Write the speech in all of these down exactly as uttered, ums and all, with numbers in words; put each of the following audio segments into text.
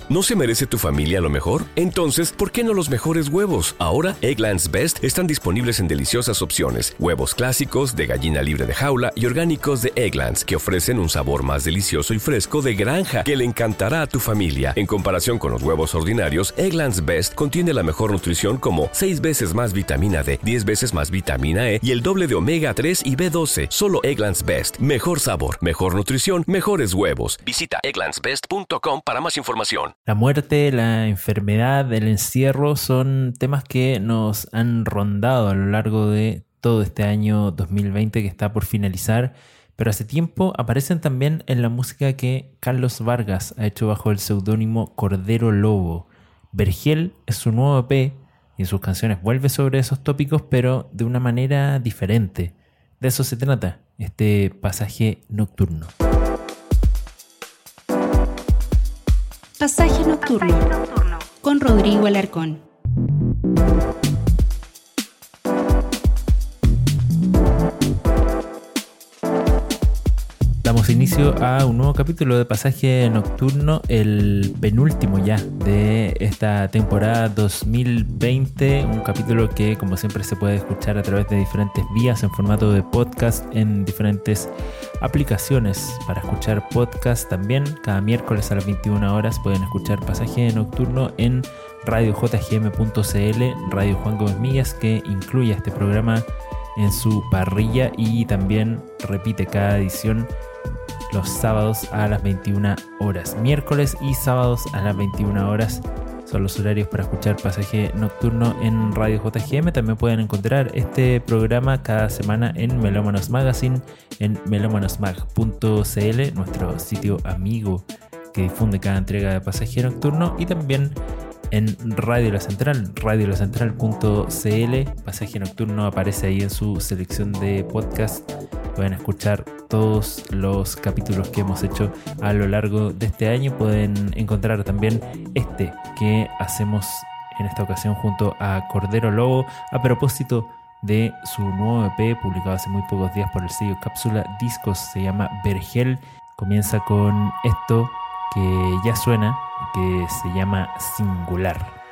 ¿No se merece tu familia lo mejor? Entonces, ¿por qué no los mejores huevos? Ahora, Eggland's Best están disponibles en deliciosas opciones. Huevos clásicos, de gallina libre de jaula y orgánicos de Eggland's, que ofrecen un sabor más delicioso y fresco de granja que le encantará a tu familia. En comparación con los huevos ordinarios, Eggland's Best contiene la mejor nutrición como seis veces más vitamina D, diez veces más vitamina E y el doble de omega tres y B doce. Solo Eggland's Best. Mejor sabor, mejor nutrición, mejores huevos. Visita egglands best punto com para más información. La muerte, la enfermedad, el encierro son temas que nos han rondado a lo largo de todo este año dos mil veinte que está por finalizar, pero hace tiempo aparecen también en la música que Carlos Vargas ha hecho bajo el seudónimo Cordero Lobo. Vergel es su nuevo E P y en sus canciones vuelve sobre esos tópicos, pero de una manera diferente. De eso se trata este pasaje nocturno. Pasaje nocturno con Rodrigo Alarcón. Damos inicio a un nuevo capítulo de Pasaje Nocturno, el penúltimo ya de esta temporada dos mil veinte, un capítulo que como siempre se puede escuchar a través de diferentes vías en formato de podcast en diferentes aplicaciones para escuchar podcast. También cada miércoles a las veintiuna horas pueden escuchar Pasaje Nocturno en radio j g m punto c l, Radio Juan Gómez Millas, que incluye este programa en su parrilla y también repite cada edición los sábados a las veintiuna horas. Miércoles y sábados a las veintiuna horas son los horarios para escuchar Pasaje Nocturno en Radio J G M. También pueden encontrar este programa cada semana en Melómanos Magazine, en melómanosmag punto c l, nuestro sitio amigo que difunde cada entrega de Pasaje Nocturno, y también en Radio La Central, radio la central punto c l. Pasaje Nocturno aparece ahí en su selección de podcast. Pueden escuchar todos los capítulos que hemos hecho a lo largo de este año. Pueden encontrar también este que hacemos en esta ocasión junto a Cordero Lobo, a propósito de su nuevo E P publicado hace muy pocos días por el sello Cápsula Discos. Se llama Vergel. Comienza con esto que ya suena, que se llama Singular.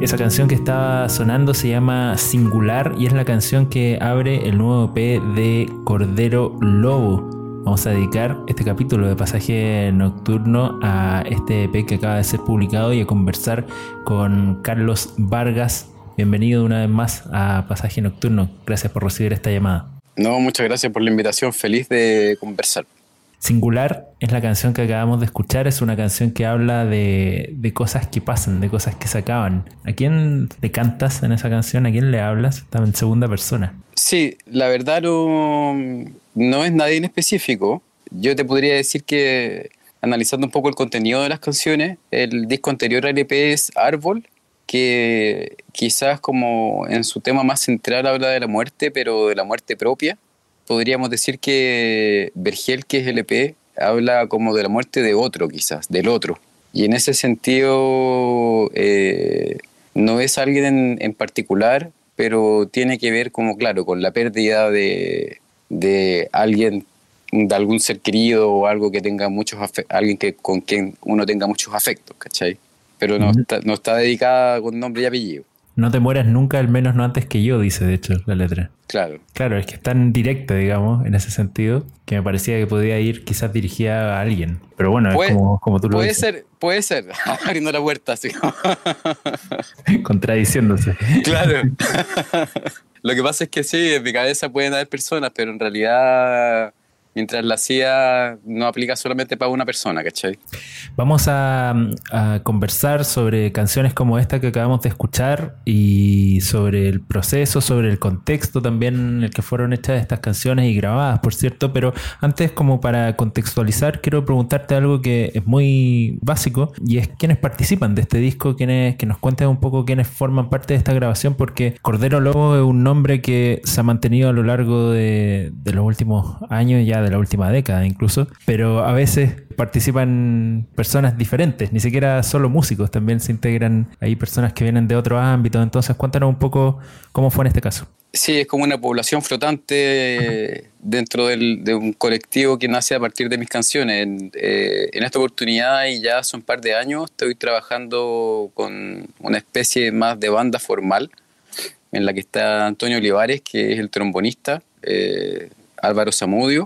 Esa canción que estaba sonando se llama Singular y es la canción que abre el nuevo E P de Cordero Lobo. Vamos a dedicar este capítulo de Pasaje Nocturno a este E P que acaba de ser publicado y a conversar con Carlos Vargas. Bienvenido una vez más a Pasaje Nocturno. Gracias por recibir esta llamada. No, muchas gracias por la invitación. Feliz de conversar. Singular es la canción que acabamos de escuchar. Es una canción que habla de, de cosas que pasan, de cosas que se acaban. ¿A quién le cantas en esa canción? ¿A quién le hablas? Está en segunda persona. Sí, la verdad no, no es nadie en específico. Yo te podría decir que, analizando un poco el contenido de las canciones, el disco anterior al E P es Árbol, que quizás como en su tema más central habla de la muerte, pero de la muerte propia. Podríamos decir que Vergel, que es el E P, habla como de la muerte de otro, quizás, del otro. Y en ese sentido, eh, no es alguien en, en particular, pero tiene que ver, como claro, con la pérdida de, de alguien, de algún ser querido o algo que tenga muchos afe- alguien que, con quien uno tenga muchos afectos, ¿cachai? Pero no, uh-huh. está, no está dedicada con nombre y apellido. No te mueras nunca, al menos no antes que yo, dice de hecho la letra. Claro. Claro, es que es tan directa, digamos, en ese sentido, que me parecía que podía ir quizás dirigida a alguien. Pero bueno, puede, es como, como tú lo puede dices. Ser, puede ser, abriendo la puerta así. Contradiciéndose. Claro. Lo que pasa es que sí, en mi cabeza pueden haber personas, pero en realidad, mientras la hacía, no aplica solamente para una persona, ¿cachai? Vamos a, a conversar sobre canciones como esta que acabamos de escuchar y sobre el proceso, sobre el contexto también en el que fueron hechas estas canciones y grabadas, por cierto. Pero antes, como para contextualizar, quiero preguntarte algo que es muy básico y es quiénes participan de este disco, quiénes, que nos cuentes un poco quiénes forman parte de esta grabación, porque Cordero Lobo es un nombre que se ha mantenido a lo largo de, de los últimos años, ya de la última década incluso, pero a veces participan personas diferentes, ni siquiera solo músicos, también se integran ahí personas que vienen de otros ámbitos. Entonces cuéntanos un poco cómo fue en este caso. Sí, es como una población flotante dentro del, de un colectivo que nace a partir de mis canciones. En, eh, en esta oportunidad, y ya hace un par de años, estoy trabajando con una especie más de banda formal, en la que está Antonio Olivares, que es el trombonista, eh, Álvaro Zamudio,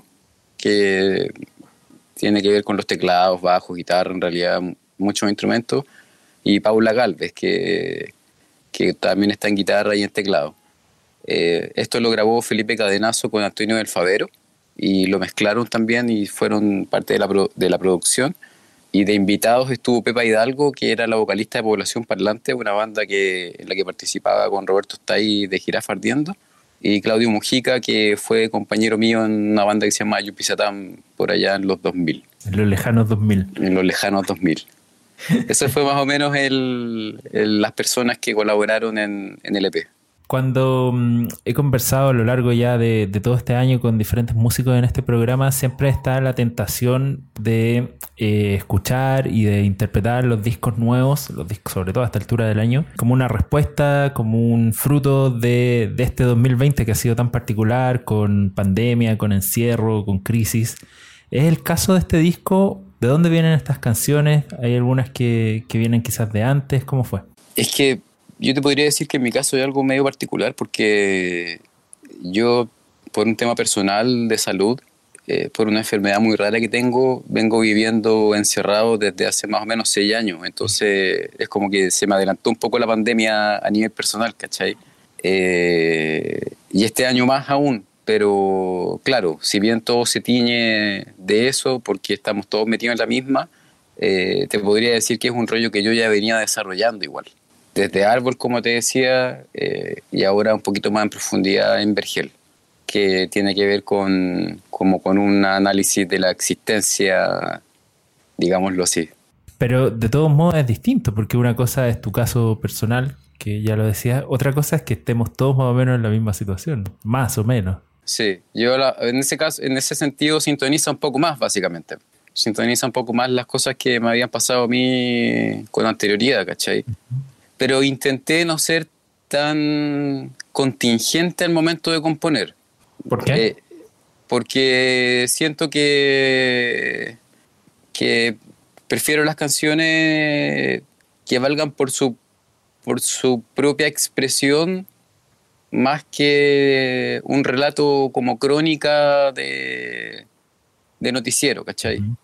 que tiene que ver con los teclados, bajos, guitarra, en realidad muchos instrumentos, y Paula Galvez, que, que también está en guitarra y en teclado. Eh, esto lo grabó Felipe Cadenazo con Antonio del Favero, y lo mezclaron también y fueron parte de la, pro, de la producción. Y de invitados estuvo Pepa Hidalgo, que era la vocalista de Población Parlante, una banda que, en la que participaba con Roberto Stay de Jirafa Ardiendo, y Claudio Mujica, que fue compañero mío en una banda que se llama Yupisatán por allá en los dos mil. En los lejanos dos mil. En los lejanos dos mil. Eso fue más o menos el, el, las personas que colaboraron en, en el E P. Cuando um, he conversado a lo largo ya de, de todo este año con diferentes músicos en este programa, siempre está la tentación de eh, escuchar y de interpretar los discos nuevos, los discos sobre todo a esta altura del año, como una respuesta, como un fruto de, de este dos mil veinte que ha sido tan particular, con pandemia, con encierro, con crisis. ¿Es el caso de este disco? ¿De dónde vienen estas canciones? ¿Hay algunas que, que vienen quizás de antes? ¿Cómo fue? Es que yo te podría decir que en mi caso es algo medio particular, porque yo, por un tema personal de salud, eh, por una enfermedad muy rara que tengo, vengo viviendo encerrado desde hace más o menos seis años. Entonces es como que se me adelantó un poco la pandemia a nivel personal, ¿cachai? Eh, y este año más aún. Pero claro, si bien todo se tiñe de eso, porque estamos todos metidos en la misma, eh, te podría decir que es un rollo que yo ya venía desarrollando igual. Desde Árbol, como te decía, eh, y ahora un poquito más en profundidad en Vergel, que tiene que ver con, como con un análisis de la existencia, digámoslo así. Pero de todos modos es distinto, porque una cosa es tu caso personal, que ya lo decías, otra cosa es que estemos todos más o menos en la misma situación, más o menos. Sí, yo la, en ese caso, en ese sentido sintoniza un poco más, básicamente. Sintoniza un poco más las cosas que me habían pasado a mí con anterioridad, ¿cachai? Uh-huh. Pero intenté no ser tan contingente al momento de componer. ¿Por qué? Eh, porque siento que, que prefiero las canciones que valgan por su por su propia expresión más que un relato como crónica de, de noticiero, ¿cachai? Uh-huh.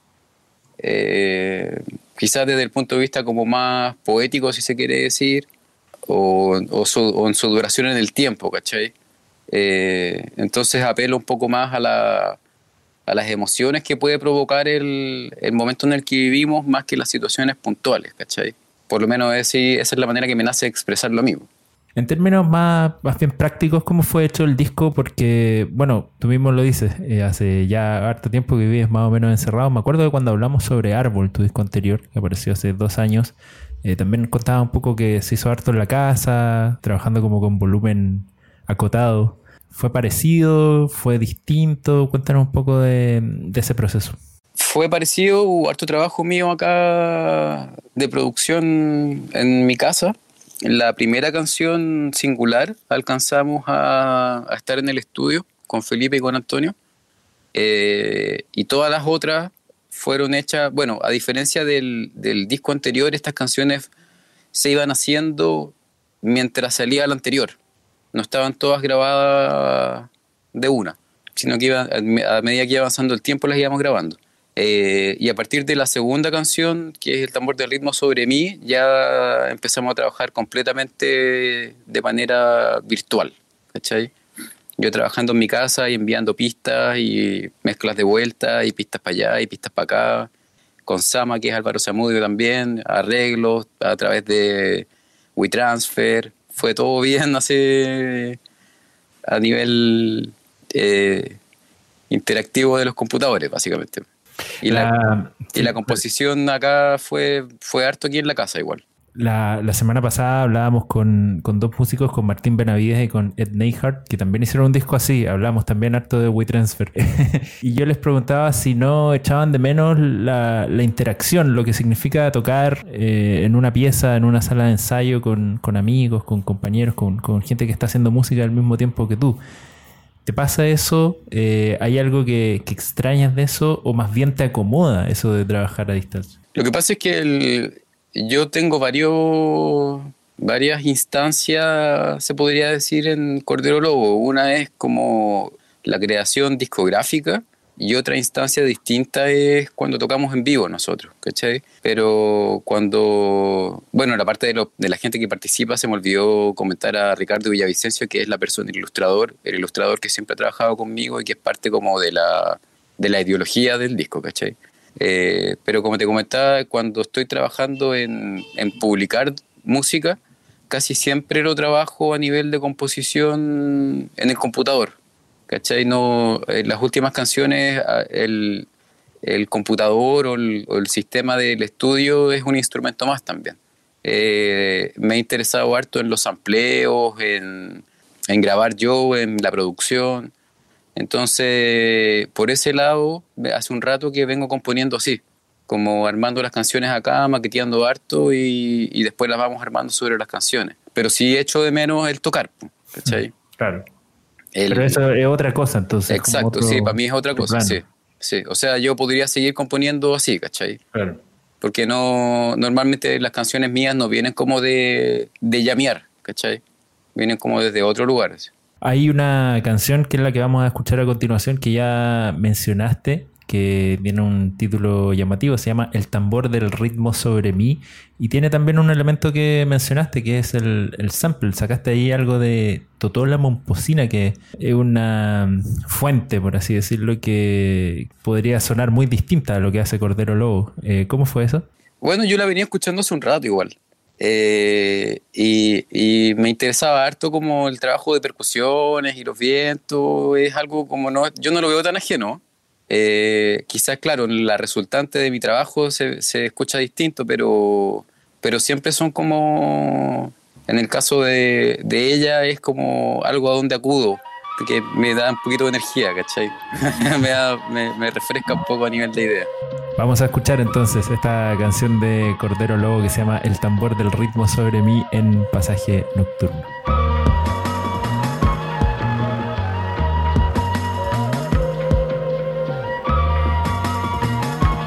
Eh, quizás desde el punto de vista como más poético, si se quiere decir, o, o, su, o en su duración en el tiempo, ¿cachai? Eh, entonces apelo un poco más a, la, a las emociones que puede provocar el, el momento en el que vivimos, más que las situaciones puntuales, ¿cachai? Por lo menos es, esa es la manera que me nace expresar lo mismo. En términos más, más bien prácticos, ¿cómo fue hecho el disco? Porque, bueno, tú mismo lo dices, eh, hace ya harto tiempo que vives más o menos encerrado. Me acuerdo de cuando hablamos sobre Árbol, tu disco anterior, que apareció hace dos años. Eh, también contaba un poco que se hizo harto en la casa, trabajando como con volumen acotado. ¿Fue parecido? ¿Fue distinto? Cuéntanos un poco de, de ese proceso. Fue parecido, hubo harto trabajo mío acá de producción en mi casa. La primera canción singular alcanzamos a, a estar en el estudio con Felipe y con Antonio. Eh, y todas las otras fueron hechas, bueno, a diferencia del, del disco anterior, estas canciones se iban haciendo mientras salía la anterior. No estaban todas grabadas de una, sino que iba, a medida que iba avanzando el tiempo las íbamos grabando. Eh, y a partir de la segunda canción, que es El tambor del ritmo sobre mí, ya empezamos a trabajar completamente de manera virtual, ¿cachai? Yo trabajando en mi casa y enviando pistas y mezclas de vuelta y pistas para allá y pistas para acá, con Sama, que es Álvaro Zamudio también, arreglos a través de WeTransfer. Fue todo bien así a nivel eh, interactivo de los computadores, básicamente. Y la, la, y la composición acá fue, fue harto aquí en la casa igual. La, la semana pasada hablábamos con, con dos músicos, con Martín Benavides y con Ed Neihardt, que también hicieron un disco así. Hablábamos también harto de WeTransfer. Y yo les preguntaba si no echaban de menos la, la interacción, lo que significa tocar eh, en una pieza, en una sala de ensayo con, con amigos, con compañeros, con, con gente que está haciendo música al mismo tiempo que tú. ¿Te pasa eso? Eh, ¿Hay algo que, que extrañas de eso o más bien te acomoda eso de trabajar a distancia? Lo que pasa es que el, yo tengo varios, varias instancias, se podría decir, en Cordero Lobo. Una es como la creación discográfica y otra instancia distinta es cuando tocamos en vivo nosotros, ¿cachai? Pero cuando, bueno, la parte de, lo, de la gente que participa, se me olvidó comentar a Ricardo Villavicencio, que es la persona, el ilustrador, el ilustrador que siempre ha trabajado conmigo y que es parte como de la, de la ideología del disco, ¿cachai? Eh, pero como te comentaba, cuando estoy trabajando en, en publicar música, casi siempre lo trabajo a nivel de composición en el computador, ¿cachai? No, en las últimas canciones el, el computador o el, o el sistema del estudio es un instrumento más también. Eh, me he interesado harto en los sampleos, en, en grabar yo, en la producción. Entonces, por ese lado, hace un rato que vengo componiendo así, como armando las canciones acá, maqueteando harto y, y después las vamos armando sobre las canciones. Pero sí echo de menos el tocar, ¿cachai? Claro. El, Pero eso es otra cosa, entonces. Exacto, sí, para mí es otra cosa, sí, sí. O sea, yo podría seguir componiendo así, ¿cachai? Claro. Porque no, normalmente las canciones mías no vienen como de, de llamear, ¿cachai? Vienen como desde otro lugar. ¿sí? Hay una canción que es la que vamos a escuchar a continuación, que ya mencionaste, que tiene un título llamativo, se llama El tambor del ritmo sobre mí, y tiene también un elemento que mencionaste, que es el, el sample. Sacaste ahí algo de Totola Momposina, que es una fuente, por así decirlo, que podría sonar muy distinta a lo que hace Cordero Lobo. Eh, ¿Cómo fue eso? Bueno, yo la venía escuchando hace un rato igual. Eh, y, y me interesaba harto como el trabajo de percusiones y los vientos. Es algo como no, yo no lo veo tan ajeno. Eh, quizás, claro, la resultante de mi trabajo se, se escucha distinto, pero, pero siempre son como, en el caso de, de ella, es como algo a donde acudo, que me da un poquito de energía, ¿cachai? me, da, me, me refresca un poco a nivel de idea. Vamos a escuchar entonces esta canción de Cordero Lobo que se llama El tambor del ritmo sobre mí en Pasaje Nocturno.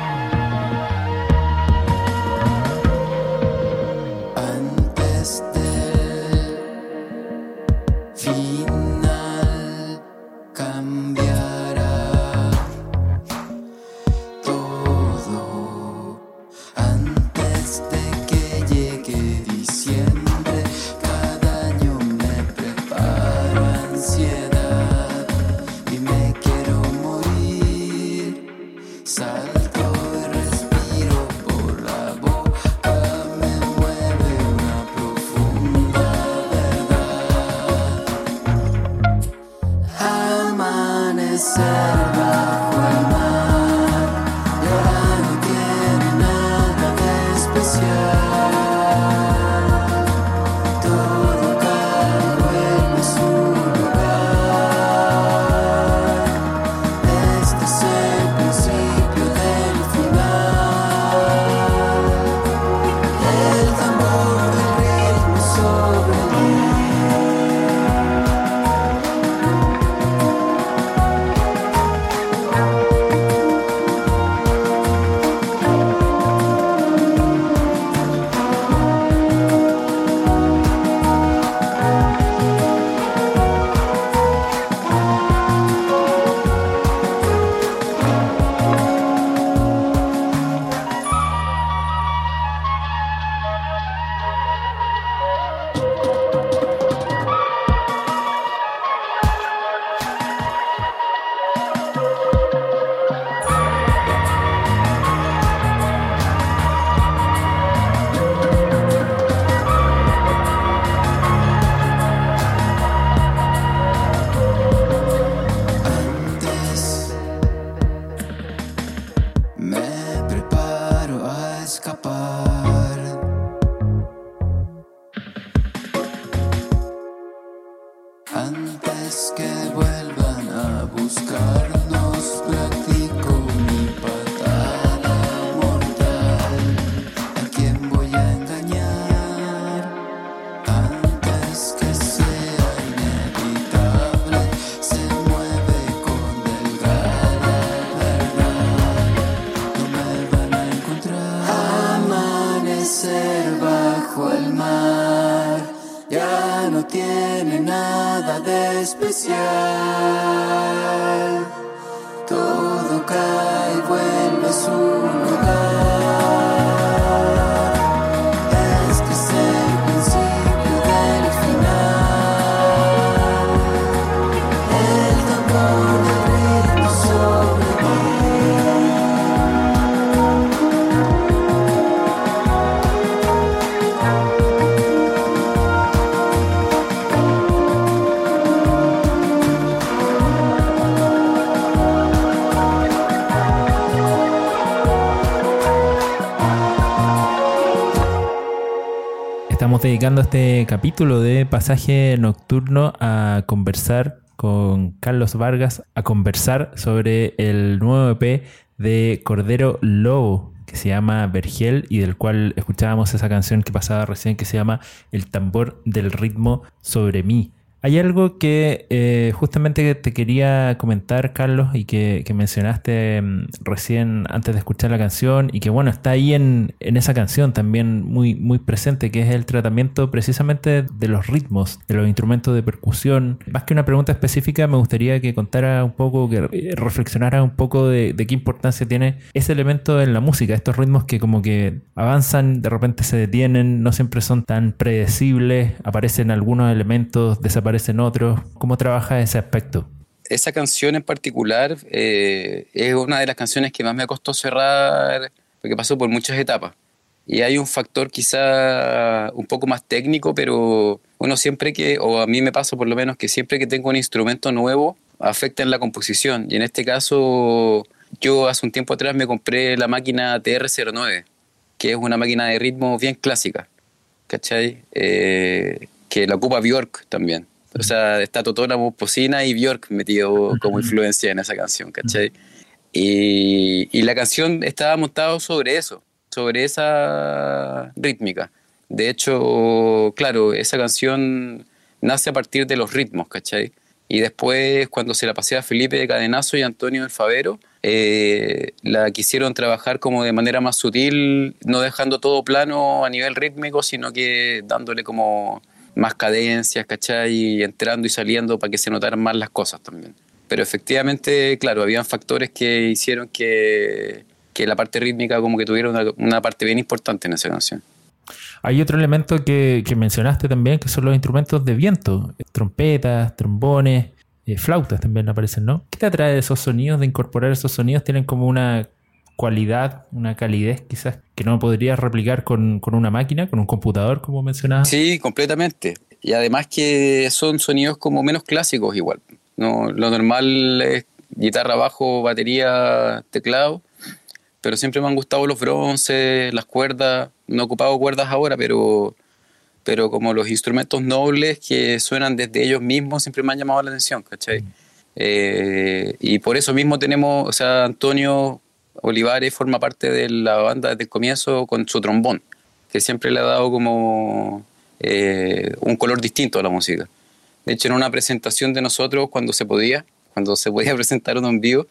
Antes de Antes que vuelvan a buscarnos, practico mi patada mortal. ¿A quién voy a engañar? Antes que sea inevitable, se mueve con delgada verdad. No me van a encontrar. Amanecer bajo el mar ya no tiene nada de especial. Todo cae y vuelve a su lugar. Este es el principio del final. El tambor del ritmo sobre Estamos dedicando este capítulo de Pasaje Nocturno a conversar con Carlos Vargas, a conversar sobre el nuevo E P de Cordero Lobo, que se llama Vergel, y del cual escuchábamos esa canción que pasaba recién, que se llama El tambor del ritmo sobre mí. Hay algo que eh, justamente te quería comentar, Carlos, y que, que mencionaste um, recién antes de escuchar la canción, y que bueno, está ahí en, en esa canción también muy, muy presente, que es el tratamiento precisamente de los ritmos, de los instrumentos de percusión. Más que una pregunta específica, me gustaría que contara un poco, que reflexionara un poco de, de qué importancia tiene ese elemento en la música, estos ritmos que como que avanzan, de repente se detienen, no siempre son tan predecibles, aparecen algunos elementos, desaparecen en otros. ¿Cómo trabaja ese aspecto? Esa canción en particular eh, es una de las canciones que más me costó cerrar, porque pasó por muchas etapas. Y hay un factor quizá un poco más técnico, pero uno siempre que, o a mí me pasa por lo menos, que siempre que tengo un instrumento nuevo, afecta en la composición. Y en este caso, yo hace un tiempo atrás me compré la máquina T R cero nueve, que es una máquina de ritmo bien clásica, ¿cachai? Eh, que la ocupa Björk también. O sea, está Totó Bocina y Björk metido como influencia en esa canción, ¿cachai? Y, y la canción estaba montada sobre eso, sobre esa rítmica. De hecho, claro, esa canción nace a partir de los ritmos, ¿cachai? Y después, cuando se la pasé a Felipe de Cadenazo y Antonio del Favero, eh, la quisieron trabajar como de manera más sutil, no dejando todo plano a nivel rítmico, sino que dándole como más cadencias, ¿cachai? Y entrando y saliendo para que se notaran más las cosas también. Pero efectivamente, claro, habían factores que hicieron que, que la parte rítmica como que tuviera una, una parte bien importante en esa canción. Hay otro elemento que, que mencionaste también, que son los instrumentos de viento. Trompetas, trombones, eh, flautas también aparecen, ¿no? ¿Qué te atrae de esos sonidos, de incorporar esos sonidos? Tienen como una cualidad, una calidez quizás que no podrías replicar con, con una máquina, con un computador, como mencionabas. Sí, completamente. Y además que son sonidos como menos clásicos igual. No, lo normal es guitarra, bajo, batería, teclado, pero siempre me han gustado los bronces, las cuerdas. No he ocupado cuerdas ahora, pero, pero como los instrumentos nobles que suenan desde ellos mismos siempre me han llamado la atención, ¿cachai? Mm. Eh, y por eso mismo tenemos, o sea, Antonio Olivares forma parte de la banda desde el comienzo con su trombón, que siempre le ha dado como eh, un color distinto a la música. De hecho, en una presentación de nosotros, cuando se podía, cuando se podía presentar uno en vivo,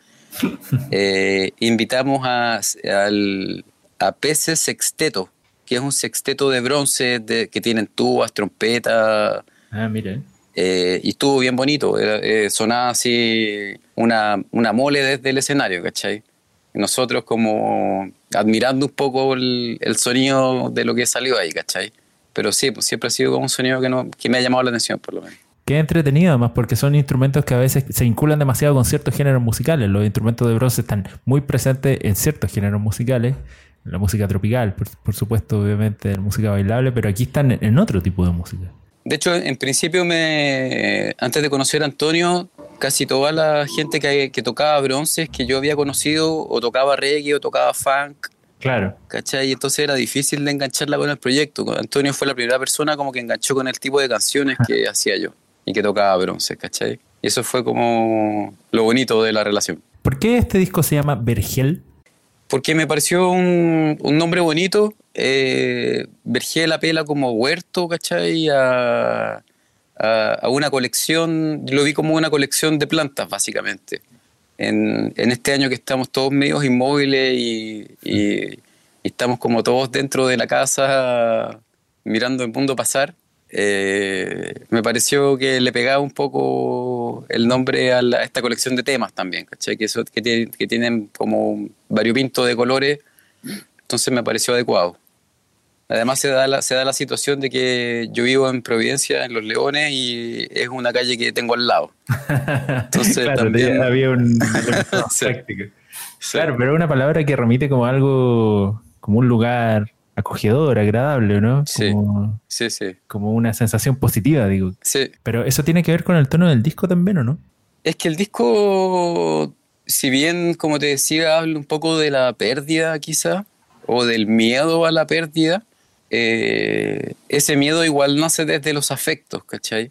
eh, invitamos a, al, a Peces Sexteto, que es un sexteto de bronce de, que tienen tubas, trompetas. Ah, mire. Eh, y estuvo bien bonito, era, eh, sonaba así una, una mole desde el escenario, ¿cachai? Y nosotros como admirando un poco el, el sonido de lo que salió ahí, ¿cachai? Pero sí, pues siempre ha sido como un sonido que, no, que me ha llamado la atención, por lo menos. Qué entretenido, además, porque son instrumentos que a veces se vinculan demasiado con ciertos géneros musicales. Los instrumentos de bronce están muy presentes en ciertos géneros musicales, la música tropical, por, por supuesto, obviamente, la música bailable, pero aquí están en, en otro tipo de música. De hecho, en principio, me antes de conocer a Antonio, casi toda la gente que, que tocaba bronces que yo había conocido, o tocaba reggae, o tocaba funk. Claro. ¿Cachai? Y entonces era difícil de engancharla con el proyecto. Antonio fue la primera persona como que enganchó con el tipo de canciones que hacía yo y que tocaba bronces, ¿cachai? Y eso fue como lo bonito de la relación. ¿Por qué este disco se llama Vergel? Porque me pareció un, un nombre bonito. Eh, Vergel apela como huerto, ¿cachai? A, a, a una colección, lo vi como una colección de plantas, básicamente. En, en este año que estamos todos medios inmóviles y, y, y estamos como todos dentro de la casa mirando el mundo pasar, eh, me pareció que le pegaba un poco el nombre a, la, a esta colección de temas también, ¿cachai? Que, eso, que, tiene, que tienen como variopinto de colores, entonces me pareció adecuado. Además se da, la, se da la situación de que yo vivo en Providencia, en Los Leones, y es una calle que tengo al lado. Entonces claro, también había un práctico. Claro, pero es una palabra que remite como algo, como un lugar acogedor, agradable, ¿no? Como, sí, sí, sí. Como una sensación positiva, digo. Sí. Pero eso tiene que ver con el tono del disco también, ¿o no? Es que el disco, si bien, como te decía, habla un poco de la pérdida quizá, o del miedo a la pérdida, eh, ese miedo igual nace desde los afectos, ¿cachai?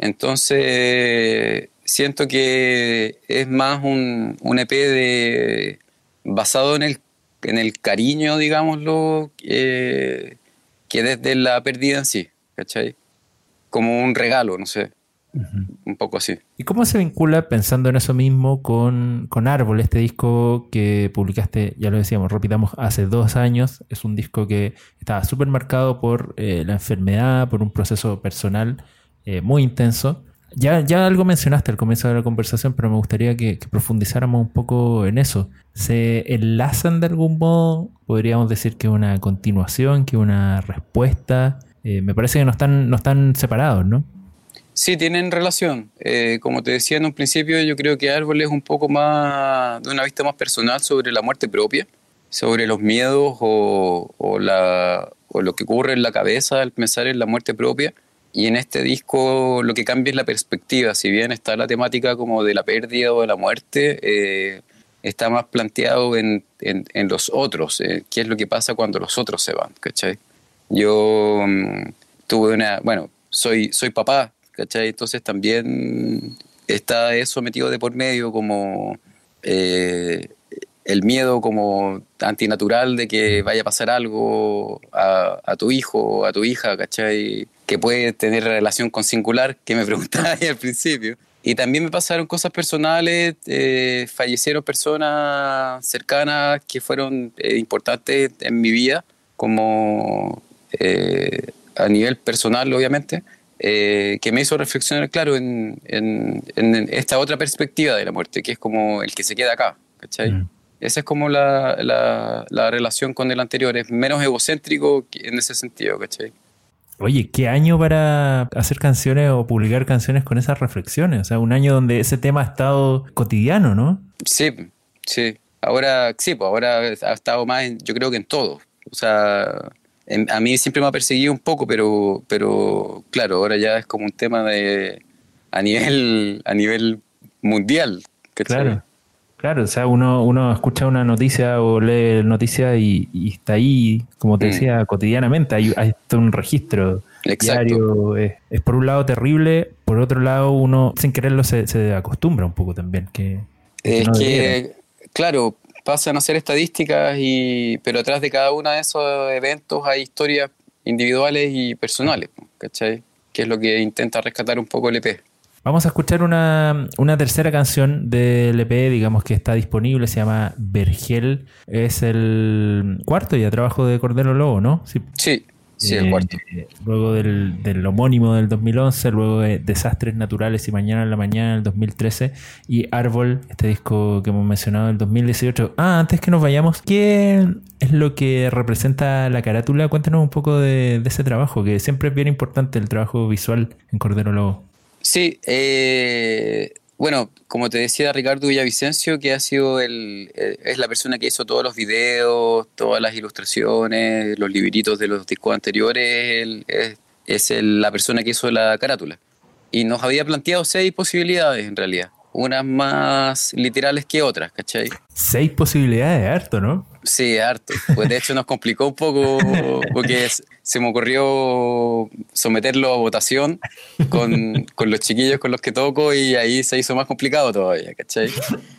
Entonces siento que es más un, un E P de, basado en el, en el cariño, digámoslo, eh, que desde la pérdida en sí, ¿cachai? Como un regalo, no sé, uh-huh. Un poco así. ¿Y cómo se vincula, pensando en eso mismo, con, con Árbol, este disco que publicaste, ya lo decíamos, repitamos, hace dos años? Es un disco que estaba súper marcado por eh, la enfermedad, por un proceso personal eh, muy intenso. Ya, ya algo mencionaste al comienzo de la conversación, pero me gustaría que, que profundizáramos un poco en eso. ¿Se enlazan de algún modo? ¿Podríamos decir que una continuación, que una respuesta? Eh, me parece que no están, no están separados, ¿no? Sí, tienen relación. Eh, como te decía en un principio, yo creo que Árbol es un poco más, de una vista más personal sobre la muerte propia, sobre los miedos o, o, la, o lo que ocurre en la cabeza al pensar en la muerte propia. Y en este disco lo que cambia es la perspectiva. Si bien está la temática como de la pérdida o de la muerte, eh, está más planteado en, en, en los otros. Eh, ¿Qué es lo que pasa cuando los otros se van? ¿Cachai? Yo um, tuve una... Bueno, soy, soy papá, ¿cachai? Entonces también está eso metido de por medio, como eh, el miedo como antinatural de que vaya a pasar algo a, a tu hijo o a tu hija, ¿cachai? Que puede tener relación con singular, que me preguntaba ahí al principio. Y también me pasaron cosas personales, eh, fallecieron personas cercanas que fueron eh, importantes en mi vida, como eh, a nivel personal, obviamente, eh, que me hizo reflexionar, claro, en, en, en esta otra perspectiva de la muerte, que es como el que se queda acá, ¿cachai? Mm. Esa es como la, la, la relación con el anterior, es menos egocéntrico en ese sentido, ¿cachai? Oye, ¿qué año para hacer canciones o publicar canciones con esas reflexiones? O sea, un año donde ese tema ha estado cotidiano, ¿no? Sí, sí. Ahora, sí, pues ahora ha estado más, en, yo creo que en todo. O sea, en, a mí siempre me ha perseguido un poco, pero, pero claro, ahora ya es como un tema de a nivel, a nivel mundial, ¿cachai? Claro. Claro, o sea, uno, uno escucha una noticia o lee noticias y, y está ahí, como te Mm. decía, cotidianamente. Hay, hay todo un registro Exacto. diario. Es, es por un lado terrible, por otro lado uno sin quererlo se, se acostumbra un poco también. Que, que Es no debiera. que, claro, pasan a ser estadísticas, y, pero atrás de cada uno de esos eventos hay historias individuales y personales, ¿cachai? Que es lo que intenta rescatar un poco el E P. Vamos a escuchar una, una tercera canción del E P, digamos que está disponible, se llama Vergel. Es el cuarto ya trabajo de Cordero Lobo, ¿no? Sí. Sí, sí, Eh, el cuarto. Luego del, del homónimo del dos mil once, luego de Desastres Naturales y Mañana en la Mañana del dos mil trece y Árbol, este disco que hemos mencionado del dos mil dieciocho. Ah, antes que nos vayamos, ¿qué es lo que representa la carátula? Cuéntanos un poco de, de ese trabajo, que siempre es bien importante el trabajo visual en Cordero Lobo. Sí, eh, bueno, como te decía Ricardo Villavicencio, que ha sido el, eh, es la persona que hizo todos los videos, todas las ilustraciones, los libritos de los discos anteriores, él es, es el- la persona que hizo la carátula. Y nos había planteado seis posibilidades en realidad, unas más literales que otras, ¿cachai? Seis posibilidades, harto, ¿no? Sí, harto. Pues de hecho nos complicó un poco porque es- se me ocurrió someterlo a votación con, con los chiquillos con los que toco, y ahí se hizo más complicado todavía, ¿cachai?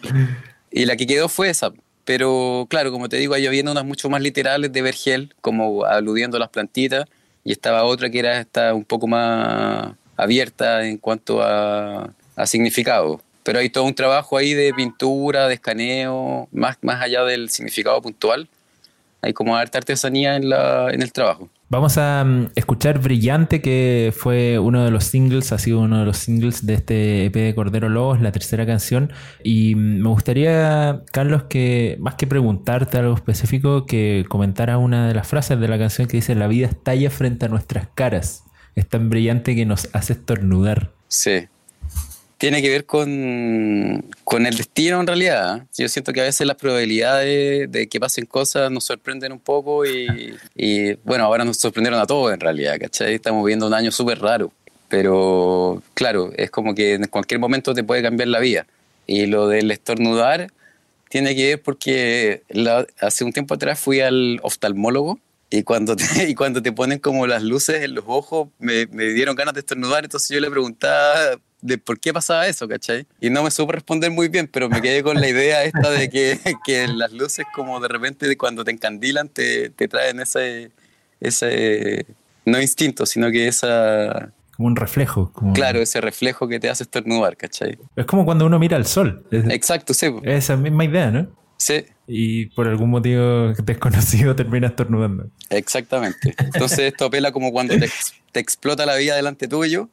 Y la que quedó fue esa. Pero claro, como te digo, ahí había unas mucho más literales de Vergel, como aludiendo a las plantitas, y estaba otra que era esta un poco más abierta en cuanto a, a significado. Pero hay todo un trabajo ahí de pintura, de escaneo, más, más allá del significado puntual. Hay como harta artesanía en, la, en el trabajo. Vamos a um, escuchar Brillante, que fue uno de los singles, ha sido uno de los singles de este E P de Cordero Lobo, es la tercera canción. Y um, me gustaría, Carlos, que más que preguntarte algo específico, que comentara una de las frases de la canción que dice: la vida estalla frente a nuestras caras, es tan brillante que nos hace estornudar. Sí. Tiene que ver con, con el destino en realidad. ¿eh? Yo siento que a veces las probabilidades de que pasen cosas nos sorprenden un poco, y, y bueno, ahora nos sorprendieron a todos en realidad, ¿cachai? Estamos viviendo un año súper raro, pero claro, es como que en cualquier momento te puede cambiar la vida. Y lo del estornudar tiene que ver porque la, hace un tiempo atrás fui al oftalmólogo, y cuando te, y cuando te ponen como las luces en los ojos me, me dieron ganas de estornudar, entonces yo le preguntaba de por qué pasaba eso, ¿cachai? Y no me supo responder muy bien, pero me quedé con la idea esta de que, que las luces como de repente cuando te encandilan te, te traen ese, ese, no instinto, sino que esa... Como un reflejo. Como... Claro, ese reflejo que te hace estornudar, ¿cachai? Es como cuando uno mira al sol. Es, Exacto, sí. po. esa misma idea, ¿no? Sí, Y por algún motivo desconocido termina estornudando. exactamente. Entonces esto apela como cuando te, ex- te explota la vida delante tuyo,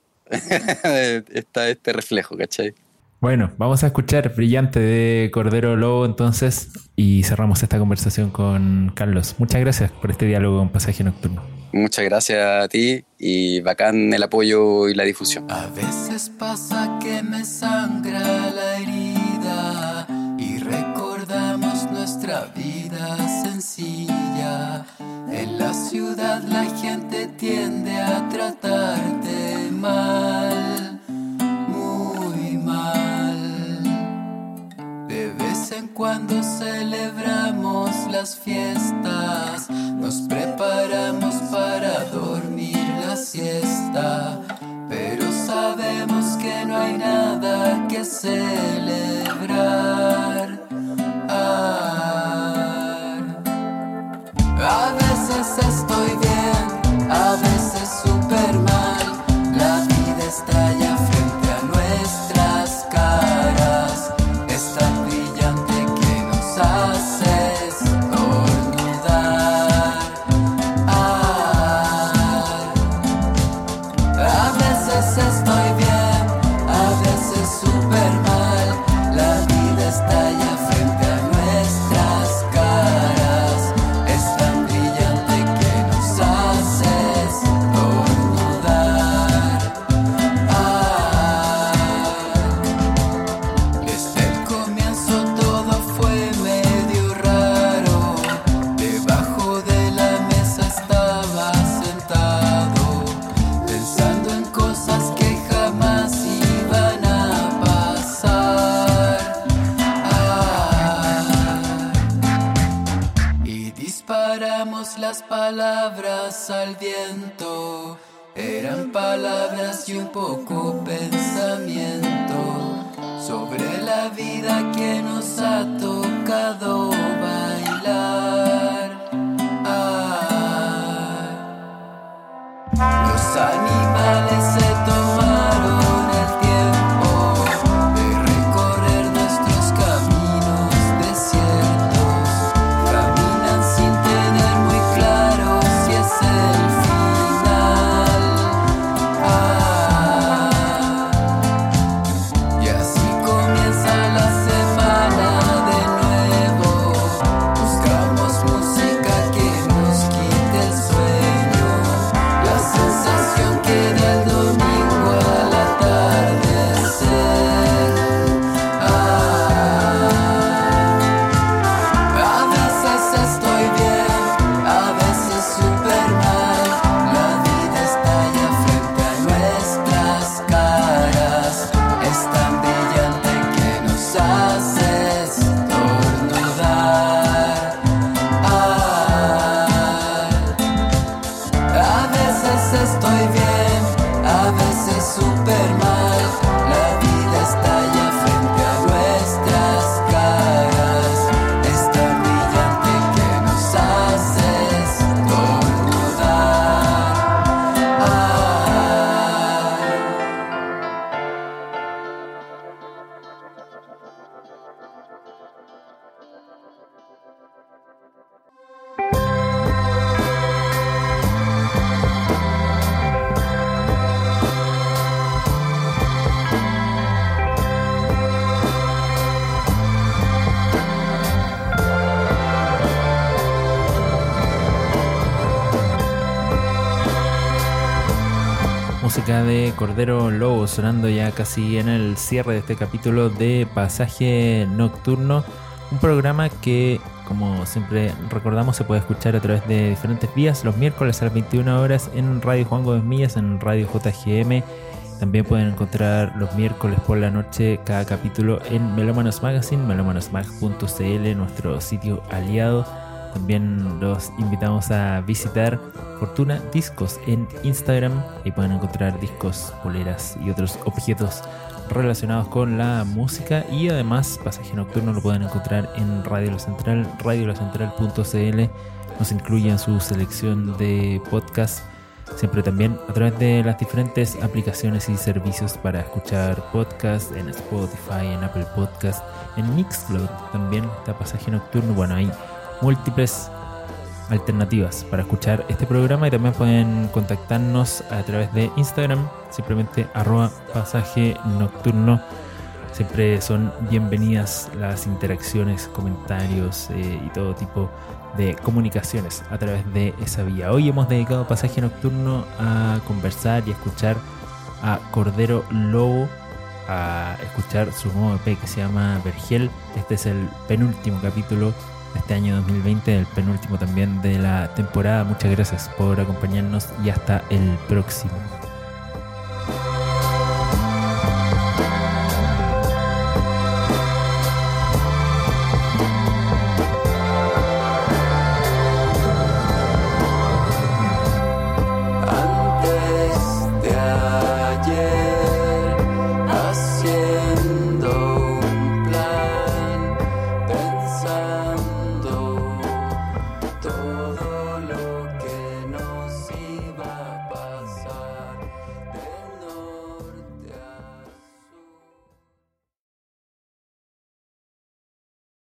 está este reflejo, ¿cachai? Bueno, vamos a escuchar Brillante de Cordero Lobo entonces y cerramos esta conversación con Carlos. Muchas gracias por este diálogo en Pasaje Nocturno. Muchas gracias a ti, y bacán el apoyo y la difusión. A veces pasa que me sangra la herida y recordamos nuestra vida sencilla. En la ciudad la gente tiende a tratarte mal, muy mal. De vez en cuando celebramos las fiestas, nos preparamos para dormir la siesta, pero sabemos que no hay nada que celebrar. Ah, a veces estoy bien, a veces súper mal. La vida estalla frente a nuestras caras, es tan brillante que nos hace estornudar. Ah, a veces estoy bien, a veces súper mal. La tiramos las palabras al viento. Eran palabras y un poco pensamiento sobre la vida que nos ha tocado bailar. Ah, los animales se tomaron el tiempo de recorrer nuestros caminos desiertos. Caminan sin tener muy claro si es el final. Ah, y así comienza la semana de nuevo. Buscamos música que nos quite el sueño, la sensación que da el domingo al atardecer. Ah, a veces estoy bien, a veces súper mal. La vida estalla frente a nuestras caras. Es tan brillante que nos hace estornudar. Ah, a veces estoy bien, a veces súper mal. La vida estalla frente a nuestras caras. Es tan brillante que nos hace estornudar. Ah. Música de Cordero Lobo sonando ya casi en el cierre de este capítulo de Pasaje Nocturno, un programa que, como siempre recordamos, se puede escuchar a través de diferentes vías los miércoles a las veintiuna horas en Radio Juan Gómez Millas, en Radio J G M. También pueden encontrar los miércoles por la noche cada capítulo en Melómanos Magazine, melómanos mag punto c l, nuestro sitio aliado. También los invitamos a visitar Fortuna Discos en Instagram. Ahí pueden encontrar discos, poleras y otros objetos relacionados con la música. Y además Pasaje Nocturno lo pueden encontrar en Radio La Central, radio la central punto c l. Nos incluye en su selección de podcast, siempre también a través de las diferentes aplicaciones y servicios para escuchar podcast, en Spotify, en Apple Podcast, en Mixcloud también está Pasaje Nocturno. Bueno, hay múltiples alternativas para escuchar este programa, y también pueden contactarnos a través de Instagram, simplemente arroba pasaje nocturno. Siempre son bienvenidas las interacciones, comentarios eh, y todo tipo de comunicaciones a través de esa vía. Hoy hemos dedicado Pasaje Nocturno a conversar y a escuchar a Cordero Lobo, a escuchar su nuevo E P que se llama Vergel. Este es el penúltimo capítulo de este año dos mil veinte, el penúltimo también de la temporada. Muchas gracias por acompañarnos y hasta el próximo.